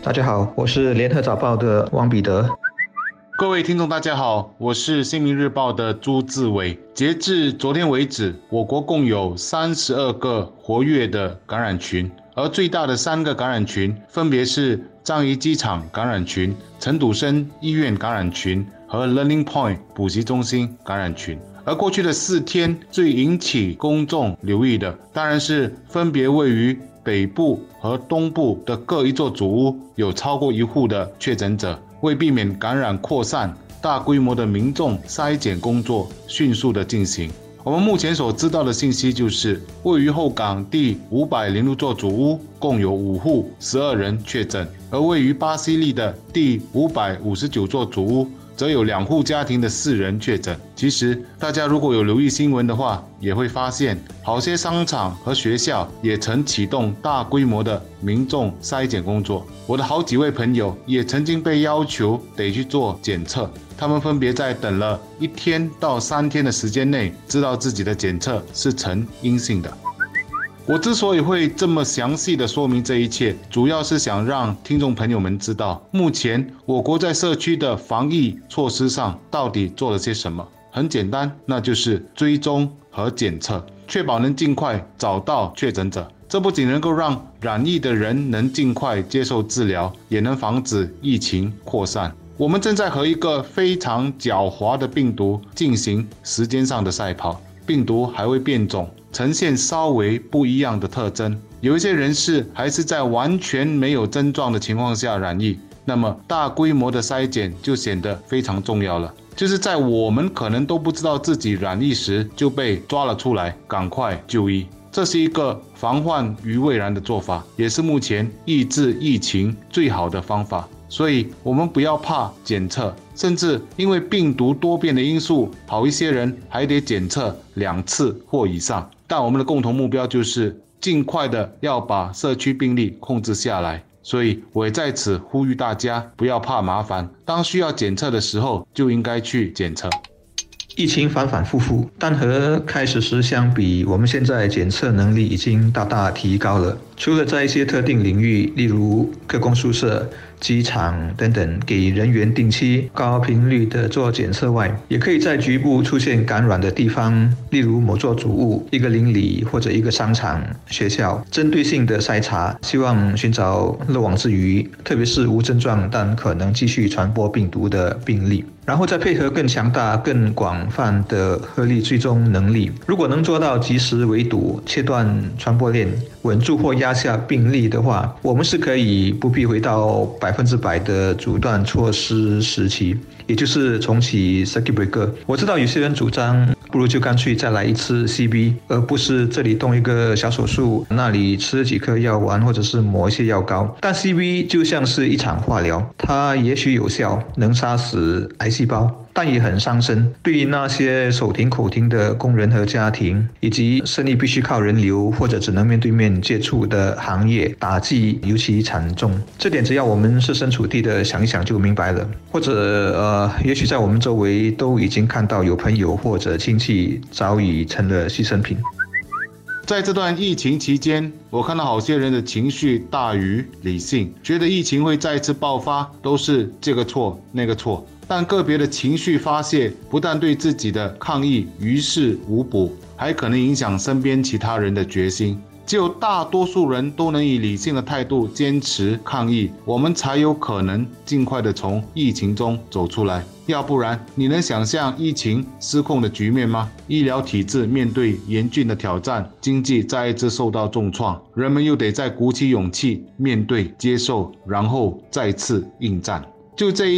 大家好，我是联合早报的汪彼得。 各位听众大家好，我是新民日报的朱志伟。截至昨天为止，我国共有32个活跃的感染群，而最大的3个感染群分别是樟宜机场感染群、陈笃生医院感染群和 Learning Point 补习中心感染群。而过去的4天最引起公众留意的，当然是分别位于北部和东部的各一座祖屋有超过1户的确诊者。为避免感染扩散，大规模的民众筛检工作迅速的进行。我们目前所知道的信息就是，位于后港第506座祖屋共有5户12人确诊，而位于巴西利的第559座祖屋则有2户家庭的4人确诊。其实大家如果有留意新闻的话，也会发现好些商场和学校也曾启动大规模的民众筛检工作。我的好几位朋友也曾经被要求得去做检测，他们分别在等了1天到3天的时间内，知道自己的检测是呈阴性的。我之所以会这么详细的说明这一切，主要是想让听众朋友们知道，目前我国在社区的防疫措施上到底做了些什么。很简单，那就是追踪和检测，确保能尽快找到确诊者。这不仅能够让染疫的人能尽快接受治疗，也能防止疫情扩散。我们正在和一个非常狡猾的病毒进行时间上的赛跑，病毒还会变种，呈现稍微不一样的特征。有一些人士还是在完全没有症状的情况下染疫，那么大规模的筛检就显得非常重要了。就是在我们可能都不知道自己染疫时就被抓了出来，赶快就医。这是一个防患于未然的做法，也是目前抑制疫情最好的方法。所以我们不要怕检测，甚至因为病毒多变的因素，好一些人还得检测2次或以上。但我们的共同目标就是尽快的要把社区病例控制下来。所以我也在此呼吁大家不要怕麻烦，当需要检测的时候就应该去检测。 疫情反反复复，但和开始时相比，我们现在检测能力已经大大提高了。除了在一些特定领域，例如科工宿舍、机场等等，给人员定期高频率的做检测外，也可以在局部出现感染的地方，例如某座祖屋、一个邻里或者一个商场、学校，针对性的筛查，希望寻找漏网之鱼，特别是无症状但可能继续传播病毒的病例。然后再配合更强大、更广泛的合力追踪能力，如果能做到及时围堵、切断传播链、稳住或压下病例的话，我们是可以不必回到100%的阻断措施时期，也就是重启 circuit breaker。我知道有些人主张，不如就干脆再来一次 CB， 而不是这里动一个小手术，那里吃几颗药丸或者是抹一些药膏。但 CB 就像是一场化疗，它也许有效，能杀死癌细胞，但也很伤身。对于那些手停口停的工人和家庭，以及生意必须靠人流或者只能面对面接触的行业，打击尤其惨重。这点只要我们设身处地的想一想就明白了。或者也许在我们周围都已经看到有朋友或者亲戚早已成了牺牲品。 在这段疫情期间，我看到好些人的情绪大于理性，觉得疫情会再次爆发，都是这个错那个错。但个别的情绪发泄，不但对自己的抗疫于事无补，还可能影响身边其他人的决心。只有大多数人都能以理性的态度坚持抗疫，我们才有可能尽快的从疫情中走出来。要不然，你能想象疫情失控的局面吗？医疗体制面对严峻的挑战，经济再一次受到重创，人们又得再鼓起勇气面对、接受，然后再次应战。就这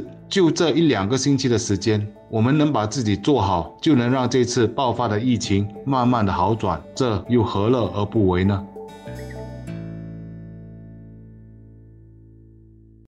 1-2个星期的时间，我们能把自己做好，就能让这次爆发的疫情慢慢的好转，这又何乐而不为呢？